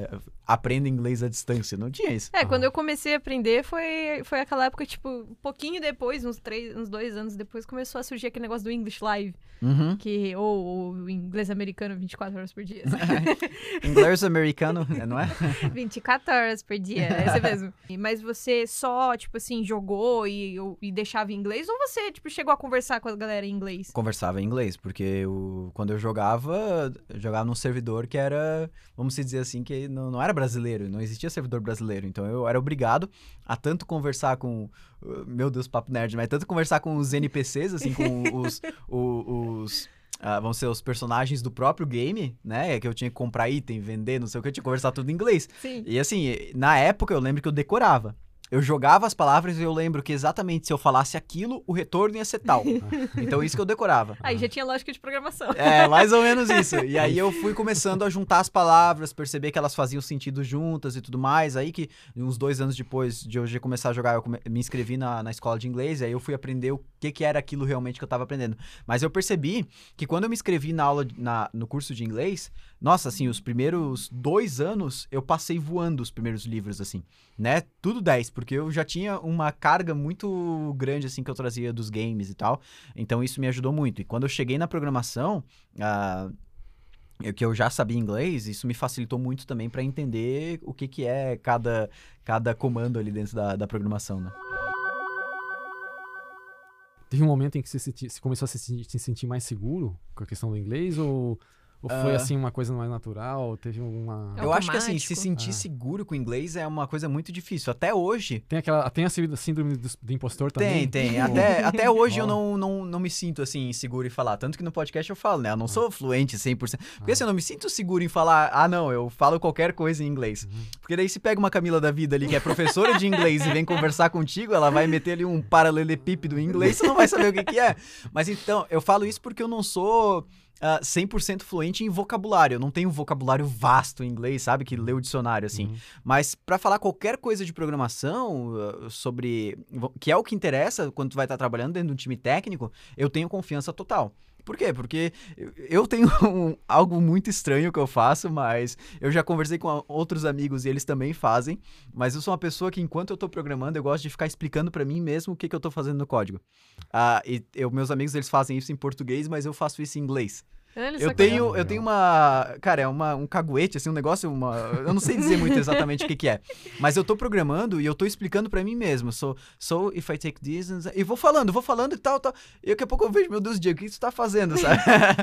aprenda inglês à distância. Não tinha isso. Quando eu comecei a aprender, foi aquela época, tipo, um pouquinho depois, uns 2 anos depois, começou a surgir aquele negócio do English Live. Ou inglês americano 24 horas por dia. Inglês americano, não é? 24 horas por dia, é esse mesmo. Mas você só, tipo assim, jogou e deixava em inglês? Ou você, tipo, chegou a conversar com a galera em inglês? Conversava em inglês, porque quando eu jogava num servidor que era, vamos dizer assim, que não era brasileiro, não existia servidor brasileiro. Então eu era obrigado a tanto conversar com, meu Deus, papo nerd, mas tanto conversar com os NPCs, assim, com vão ser os personagens do próprio game, né? Que eu tinha que comprar item, vender, não sei o que, eu tinha que conversar tudo em inglês. Sim. E assim, na época eu lembro que eu decorava. Eu jogava as palavras e eu lembro que exatamente se eu falasse aquilo, o retorno ia ser tal. Então isso que eu decorava. Aí já tinha lógica de programação. Mais ou menos isso. E aí eu fui começando a juntar as palavras, perceber que elas faziam sentido juntas e tudo mais. Aí que uns 2 anos depois de eu já começar a jogar, eu me inscrevi na escola de inglês. E aí eu fui aprender o que era aquilo realmente que eu tava aprendendo. Mas eu percebi que quando eu me inscrevi na aula, no curso de inglês, nossa, assim, os primeiros 2 anos eu passei voando os primeiros livros, assim, né? Tudo 10, porque eu já tinha uma carga muito grande, assim, que eu trazia dos games e tal. Então isso me ajudou muito. E quando eu cheguei na programação, que eu já sabia inglês, isso me facilitou muito também para entender o que é cada comando ali dentro da programação, né? Teve um momento em que você começou a se sentir mais seguro com a questão do inglês ou foi, assim, uma coisa mais natural? Teve alguma... Eu acho que, assim, se sentir seguro com o inglês é uma coisa muito difícil. Até hoje... Tem a síndrome do impostor também? Tem. Até hoje eu não me sinto, assim, seguro em falar. Tanto que no podcast eu falo, né? Eu não sou fluente 100%. Porque, assim, eu não me sinto seguro em falar... não, eu falo qualquer coisa em inglês. Porque daí se pega uma Camila da vida ali, que é professora de inglês e vem conversar contigo, ela vai meter ali um paralelepípedo em inglês, você não vai saber o que é. Mas, então, eu falo isso porque eu não sou... 100% fluente em vocabulário. Eu não tenho um vocabulário vasto em inglês, sabe? Que lê o dicionário, assim. Mas pra falar qualquer coisa de programação, sobre... que é o que interessa quando tu vai estar trabalhando dentro de um time técnico, eu tenho confiança total. Por quê? Porque eu tenho algo muito estranho que eu faço, mas eu já conversei com outros amigos e eles também fazem, mas eu sou uma pessoa que enquanto eu tô programando, eu gosto de ficar explicando pra mim mesmo o que eu tô fazendo no código. Meus amigos, eles fazem isso em português, mas eu faço isso em inglês. Eu tenho uma... Cara, é um caguete, assim, um negócio... eu não sei dizer muito exatamente o que é. Mas eu tô programando e eu tô explicando pra mim mesmo. So if I take this... E vou falando e tal. E daqui a pouco eu vejo, meu Deus, Diego, o que tu tá fazendo, sabe?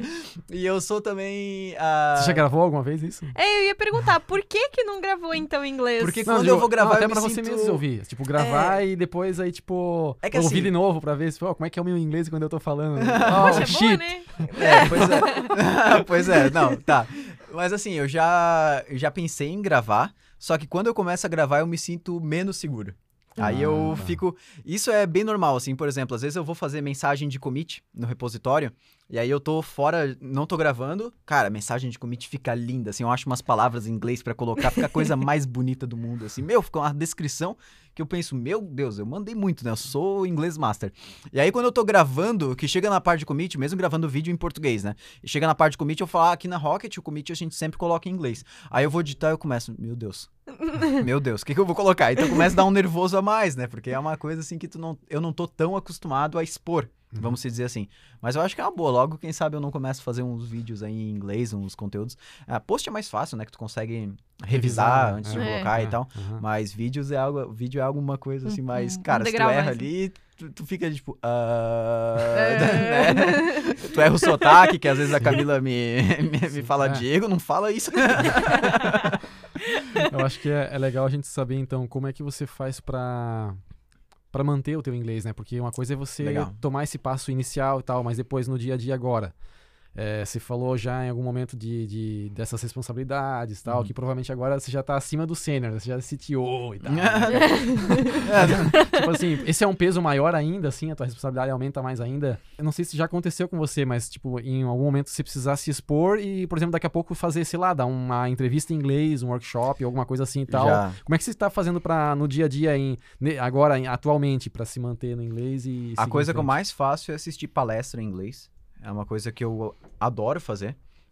E eu sou também... Você já gravou alguma vez isso? Eu ia perguntar, por que não gravou, então, em inglês? Porque quando eu vou gravar, até pra você mesmo ouvir. Tipo, gravar e depois aí, tipo... ouvir assim, de novo pra ver como é que é o meu inglês quando eu tô falando. Poxa, é boa, né? Pois é. Pois é, não, tá. Mas assim, eu já pensei em gravar, só que quando eu começo a gravar eu me sinto menos seguro. Aí eu fico... Isso é bem normal, assim, por exemplo, às vezes eu vou fazer mensagem de commit no repositório, e aí eu tô fora, não tô gravando, cara, a mensagem de commit fica linda, assim, eu acho umas palavras em inglês pra colocar, fica a coisa mais bonita do mundo, assim, fica uma descrição que eu penso, meu Deus, eu mandei muito, né, eu sou inglês master. E aí quando eu tô gravando, que chega na parte de commit, mesmo gravando vídeo em português, né, e chega na parte de commit, eu falo, aqui na Rocket, o commit a gente sempre coloca em inglês. Aí eu vou editar e eu começo, meu Deus, o que eu vou colocar? Então começa a dar um nervoso a mais, né, porque é uma coisa assim que eu não tô tão acostumado a expor. Vamos dizer assim. Mas eu acho que é uma boa. Logo, quem sabe eu não começo a fazer uns vídeos aí em inglês, uns conteúdos. Post é mais fácil, né? Que tu consegue revisar antes de colocar e tal. Mas vídeo é alguma coisa assim, mais... Cara, se tu erra ali, tu fica tipo... né? Tu erra o sotaque, que às vezes a Camila me fala, Diego, não fala isso. Eu acho que é legal a gente saber, então, como é que você faz pra manter o teu inglês, né? Porque uma coisa é você tomar esse passo inicial e tal, mas depois no dia a dia agora. Você falou já em algum momento dessas responsabilidades e tal, que provavelmente agora você já tá acima do sênior, você já é CTO e tal. Tipo assim, esse é um peso maior ainda, assim, a tua responsabilidade aumenta mais ainda. Eu não sei se já aconteceu com você, mas tipo, em algum momento você precisar se expor e, por exemplo, daqui a pouco fazer, sei lá, dar uma entrevista em inglês, um workshop, alguma coisa assim e tal. Já. Como é que você está fazendo no dia a dia, atualmente, para se manter no inglês e a coisa que eu mais faço é assistir palestra em inglês. É uma coisa que eu adoro fazer.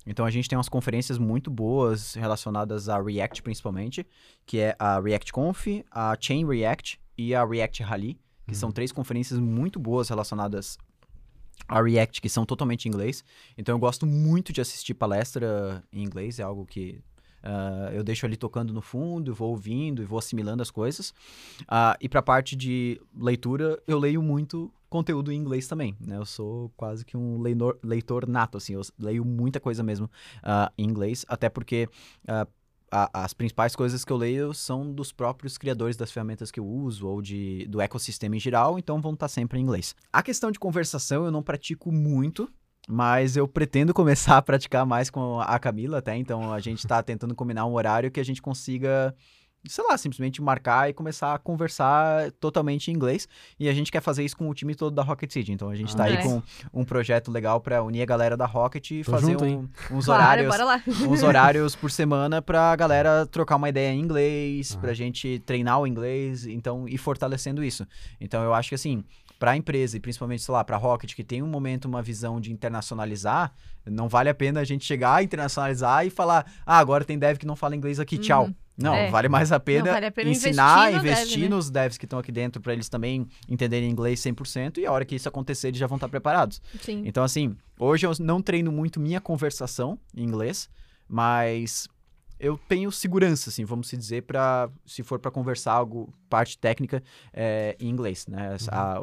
Então a gente tem umas conferências muito boas relacionadas a React principalmente, que é a ReactConf, a Chain React e a React Rally, que são 3 conferências muito boas relacionadas a React, que são totalmente em inglês. Então eu gosto muito de assistir palestra em inglês, é algo que eu deixo ali tocando no fundo, vou ouvindo e vou assimilando as coisas. E para a parte de leitura, eu leio muito conteúdo em inglês também, né? Eu sou quase que um leitor nato, assim, eu leio muita coisa mesmo em inglês, até porque as principais coisas que eu leio são dos próprios criadores das ferramentas que eu uso ou do ecossistema em geral, então vão estar sempre em inglês. A questão de conversação eu não pratico muito, mas eu pretendo começar a praticar mais com a Camila até, então a gente está tentando combinar um horário que a gente consiga, sei lá, simplesmente marcar e começar a conversar totalmente em inglês. E a gente quer fazer isso com o time todo da Rocket City. Então a gente tá aí com um projeto legal para unir a galera da Rocket e fazer uns horários, bora lá. uns horários por semana pra galera trocar uma ideia em inglês, pra gente treinar o inglês, então ir fortalecendo isso. Então eu acho que assim, pra empresa e principalmente, sei lá, pra Rocket, que tem um momento, uma visão de internacionalizar, não vale a pena a gente chegar a internacionalizar e falar, agora tem dev que não fala inglês aqui, tchau. Não, vale mais a pena, ensinar, investir nos devs que estão aqui dentro para eles também entenderem inglês 100% e a hora que isso acontecer eles já vão estar preparados. Sim. Então assim, hoje eu não treino muito minha conversação em inglês, mas eu tenho segurança, assim, vamos dizer, se for para conversar algo, parte técnica em inglês, né?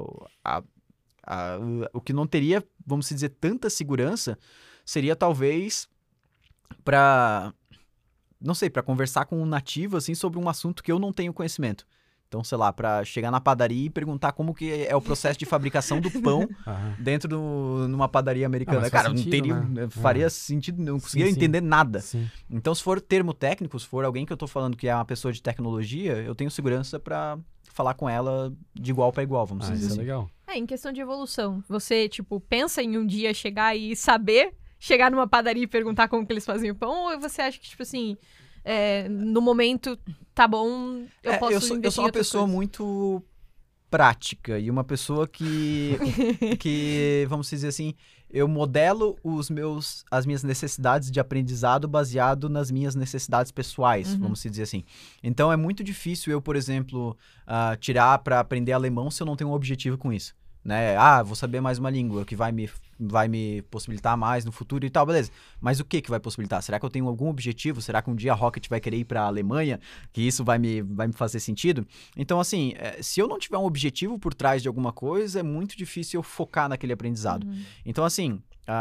O que não teria, vamos dizer, tanta segurança seria talvez para... não sei, para conversar com um nativo, assim, sobre um assunto que eu não tenho conhecimento. Então, sei lá, para chegar na padaria e perguntar como que é o processo de fabricação do pão dentro numa padaria americana. Cara, não teria, faria sentido, não conseguia entender nada. Sim. Então, se for termo técnico, se for alguém que eu tô falando que é uma pessoa de tecnologia, eu tenho segurança para falar com ela de igual para igual, vamos dizer isso assim. É legal. Em questão de evolução, você, tipo, pensa em um dia chegar e saber... chegar numa padaria e perguntar como que eles fazem o pão? Ou você acha que, tipo assim, no momento, tá bom, eu posso investir eu sou uma pessoa coisas. muito prática e uma pessoa que, vamos dizer assim, eu modelo as minhas necessidades de aprendizado baseado nas minhas necessidades pessoais, vamos dizer assim. Então, é muito difícil eu, por exemplo, tirar para aprender alemão se eu não tenho um objetivo com isso. Né? Vou saber mais uma língua que vai me possibilitar mais no futuro e tal, beleza. Mas o que vai possibilitar? Será que eu tenho algum objetivo? Será que um dia a Rocket vai querer ir para a Alemanha? Que isso vai me fazer sentido? Então, assim, se eu não tiver um objetivo por trás de alguma coisa, é muito difícil eu focar naquele aprendizado. Então, assim,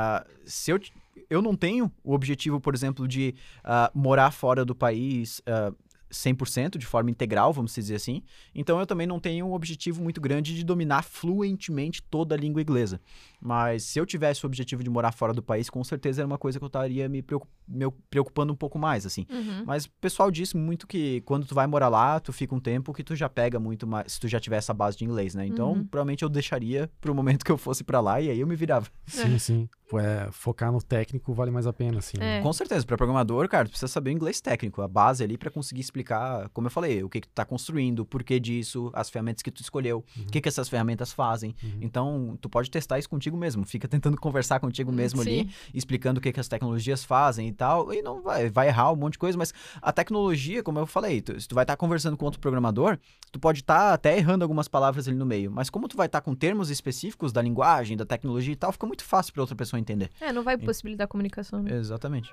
se eu não tenho o objetivo, por exemplo, de morar fora do país... 100% de forma integral, vamos dizer assim. Então, eu também não tenho um objetivo muito grande de dominar fluentemente toda a língua inglesa. Mas se eu tivesse o objetivo de morar fora do país, com certeza era uma coisa que eu estaria me preocupando um pouco mais, assim. Mas o pessoal diz muito que quando tu vai morar lá, tu fica um tempo que tu já pega muito mais, se tu já tiver essa base de inglês, né? Então, provavelmente eu deixaria pro momento que eu fosse pra lá e aí eu me virava. Sim. Focar no técnico vale mais a pena, assim. Né? Com certeza, para programador, cara, tu precisa saber o inglês técnico, a base ali para conseguir explicar, como eu falei, o que tu tá construindo, o porquê disso, as ferramentas que tu escolheu, o que essas ferramentas fazem. Então, tu pode testar isso contigo mesmo, fica tentando conversar contigo mesmo ali, explicando o que as tecnologias fazem e tal, e não vai errar um monte de coisa, mas a tecnologia, como eu falei, se tu vai estar conversando com outro programador, tu pode estar até errando algumas palavras ali no meio, mas como tu vai estar com termos específicos da linguagem, da tecnologia e tal, fica muito fácil para outra pessoa entender. Não vai possibilitar a comunicação, né? Exatamente.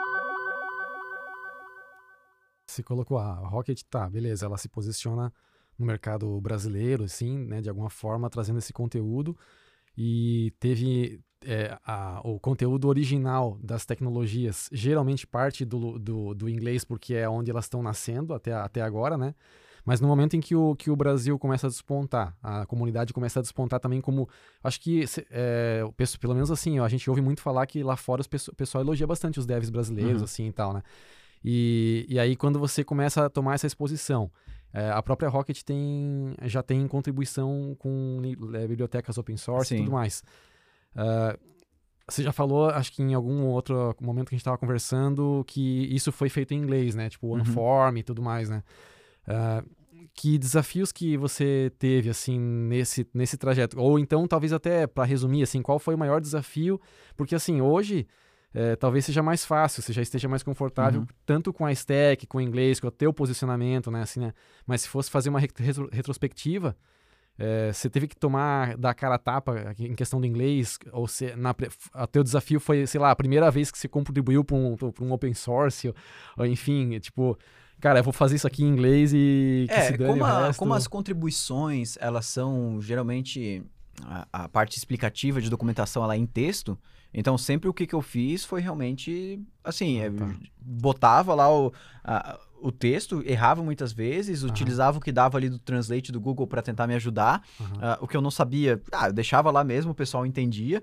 Se colocou a Rocket, beleza, ela se posiciona no mercado brasileiro, assim, né, de alguma forma, trazendo esse conteúdo e teve o conteúdo original das tecnologias, geralmente parte do inglês, porque é onde elas estão nascendo até agora, né? Mas no momento em que o Brasil começa a despontar, a comunidade começa a despontar também como... Acho que, pelo menos assim, a gente ouve muito falar que lá fora o pessoal elogia bastante os devs brasileiros, assim, e tal, né? E aí, quando você começa a tomar essa exposição, a própria Rocket já tem contribuição com bibliotecas open source e tudo mais. Você já falou, acho que em algum outro momento que a gente estava conversando, que isso foi feito em inglês, né? Tipo, OneForm e tudo mais, né? Que desafios que você teve, assim, nesse trajeto? Ou então, talvez até, para resumir, assim, qual foi o maior desafio? Porque, assim, hoje, talvez seja mais fácil, você já esteja mais confortável, tanto com a stack, com o inglês, com o teu posicionamento, né? Assim, né? Mas se fosse fazer uma retrospectiva, você teve que dar cara a tapa em questão do inglês, ou o teu desafio foi, sei lá, a primeira vez que você contribuiu para um open source, ou enfim, tipo, cara, eu vou fazer isso aqui em inglês e que se dane o resto. Como as contribuições, elas são geralmente a parte explicativa de documentação, ela é em texto, então sempre o que eu fiz foi realmente, assim, botava lá o texto, errava muitas vezes, utilizava o que dava ali do Translate do Google para tentar me ajudar. O que eu não sabia, eu deixava lá mesmo, o pessoal entendia.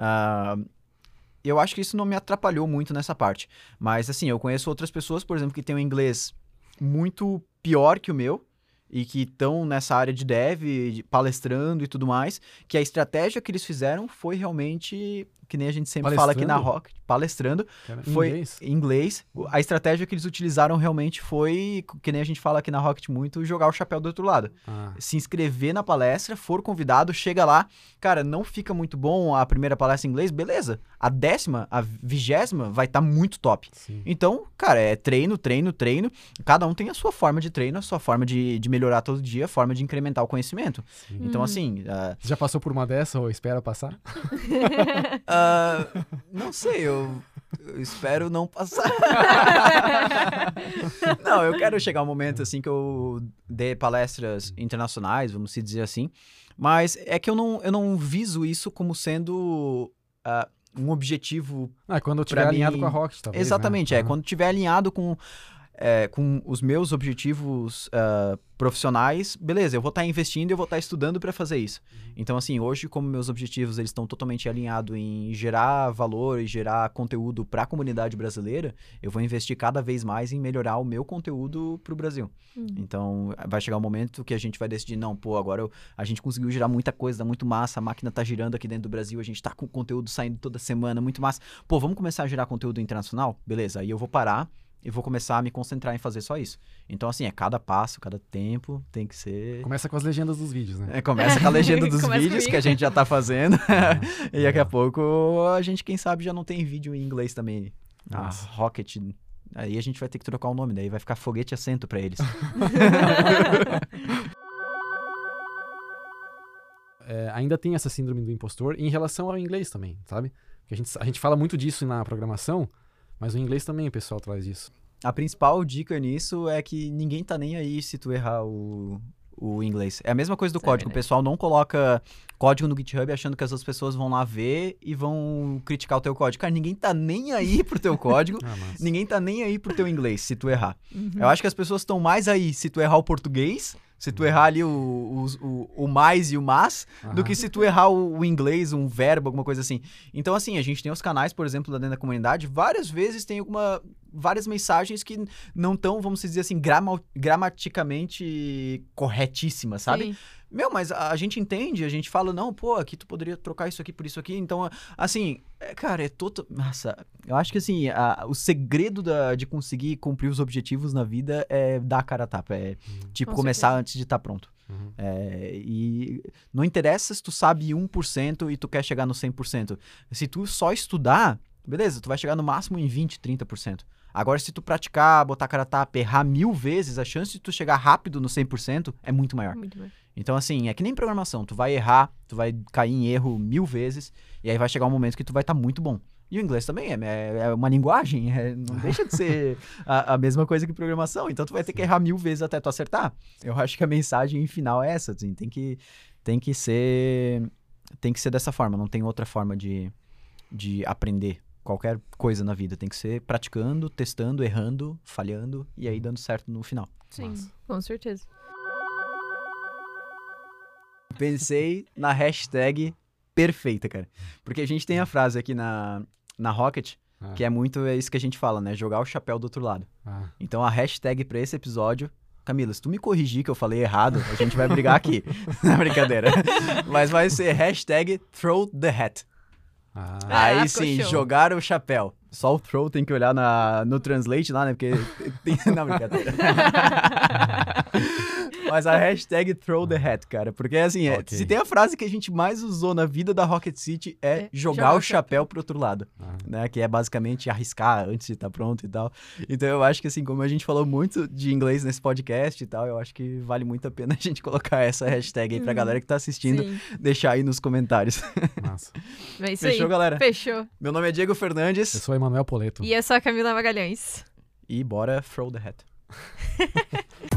Eu acho que isso não me atrapalhou muito nessa parte. Mas, assim, eu conheço outras pessoas, por exemplo, que têm um inglês muito pior que o meu, e que estão nessa área de dev, palestrando e tudo mais, que a estratégia que eles fizeram foi realmente, que nem a gente sempre fala aqui na Rocket, palestrando, foi em inglês. A estratégia que eles utilizaram realmente foi, que nem a gente fala aqui na Rocket muito, jogar o chapéu do outro lado. Se inscrever na palestra, for convidado, chega lá, cara, não fica muito bom a primeira palestra em inglês, beleza. A 10ª, a 20ª vai estar muito top. Sim. Então, cara, é treino. Cada um tem a sua forma de treino, a sua forma de melhorar todo dia, a forma de incrementar o conhecimento. Sim. Então, assim... Você já passou por uma dessa ou espera passar? Não sei, eu espero não passar. Não, eu quero chegar um momento assim que eu dê palestras internacionais, vamos dizer assim, mas é que eu não viso isso como sendo um objetivo. Quando eu estiver alinhado com a Rocket, talvez. Exatamente, né? Quando eu estiver alinhado com os meus objetivos profissionais, beleza, eu vou estar investindo e eu vou estar estudando para fazer isso. Então, assim, hoje, como meus objetivos eles estão totalmente alinhados em gerar valor e gerar conteúdo para a comunidade brasileira, eu vou investir cada vez mais em melhorar o meu conteúdo para o Brasil. Então, vai chegar um momento que a gente vai decidir, não, agora a gente conseguiu gerar muita coisa, muito massa, a máquina tá girando aqui dentro do Brasil, a gente tá com conteúdo saindo toda semana, muito massa. Vamos começar a gerar conteúdo internacional? Beleza, aí eu vou parar e vou começar a me concentrar em fazer só isso. Então, assim, cada passo, cada tempo tem que ser... Começa com as legendas dos vídeos, né? Começa com a legenda dos vídeos que a gente já tá fazendo. E daqui a pouco a gente, quem sabe, já não tem vídeo em inglês também. Rocket... Aí a gente vai ter que trocar o nome, daí vai ficar Foguete Acento pra eles. Ainda tem essa síndrome do impostor em relação ao inglês também, sabe? Porque a gente fala muito disso na programação, mas o inglês também o pessoal traz isso. A principal dica nisso é que ninguém tá nem aí se tu errar o inglês. É a mesma coisa do código. O pessoal não coloca código no GitHub achando que as outras pessoas vão lá ver e vão criticar o teu código. Cara, ninguém tá nem aí pro teu código, ninguém tá nem aí pro teu inglês se tu errar. Eu acho que as pessoas estão mais aí se tu errar o português, se tu errar ali o mais e o mas, do que se tu errar o inglês, um verbo, alguma coisa assim. Então, assim, a gente tem os canais, por exemplo, lá dentro da comunidade, várias vezes tem várias mensagens que não estão, vamos dizer assim, gramaticamente corretíssimas, sabe? Sim. Mas a gente entende, a gente fala, não, aqui tu poderia trocar isso aqui por isso aqui. Então, assim, cara, Nossa, eu acho que, assim, o segredo de conseguir cumprir os objetivos na vida é dar a cara a tapa. Com começar certeza. antes de estar pronto. E não interessa se tu sabe 1% e tu quer chegar no 100%. Se tu só estudar, beleza, tu vai chegar no máximo em 20%, 30%. Agora, se tu praticar, botar a cara a tapa, errar 1000 vezes, a chance de tu chegar rápido no 100% é muito maior. Muito bem. Então, assim, é que nem programação. Tu vai errar, tu vai cair em erro 1000 vezes, e aí vai chegar um momento que tu vai estar muito bom. E o inglês também é uma linguagem, não deixa de ser a mesma coisa que programação. Então, tu vai ter que errar 1000 vezes até tu acertar. Eu acho que a mensagem final é essa, assim, tem que ser dessa forma, não tem outra forma de aprender qualquer coisa na vida. Tem que ser praticando, testando, errando, falhando, e aí dando certo no final. Sim, Massa. com certeza. Pensei na hashtag perfeita, cara. Porque a gente tem a frase aqui na Rocket, que é isso que a gente fala, né? Jogar o chapéu do outro lado. Então a hashtag pra esse episódio... Camila, se tu me corrigir que eu falei errado, a gente vai brigar aqui. Não é brincadeira. Mas vai ser hashtag throw the hat. Aí sim, show. jogar o chapéu. Só o throw tem que olhar no translate lá, né? Porque tem... Não, brincadeira. Mas a hashtag throw the hat, cara. Porque, assim, Ok. se tem a frase que a gente mais usou na vida da Rocket City é jogar o chapéu pro outro lado. Né? Que é basicamente arriscar antes de estar pronto e tal. Então eu acho que, assim, como a gente falou muito de inglês nesse podcast e tal, eu acho que vale muito a pena a gente colocar essa hashtag aí pra galera que tá assistindo, Sim. deixar aí nos comentários. Massa. É isso Fechou, aí. galera? Fechou. Meu nome é Diego Eu Fernandes sou Emanuel Poleto. E eu sou a Camila Magalhães. e bora throw the hat.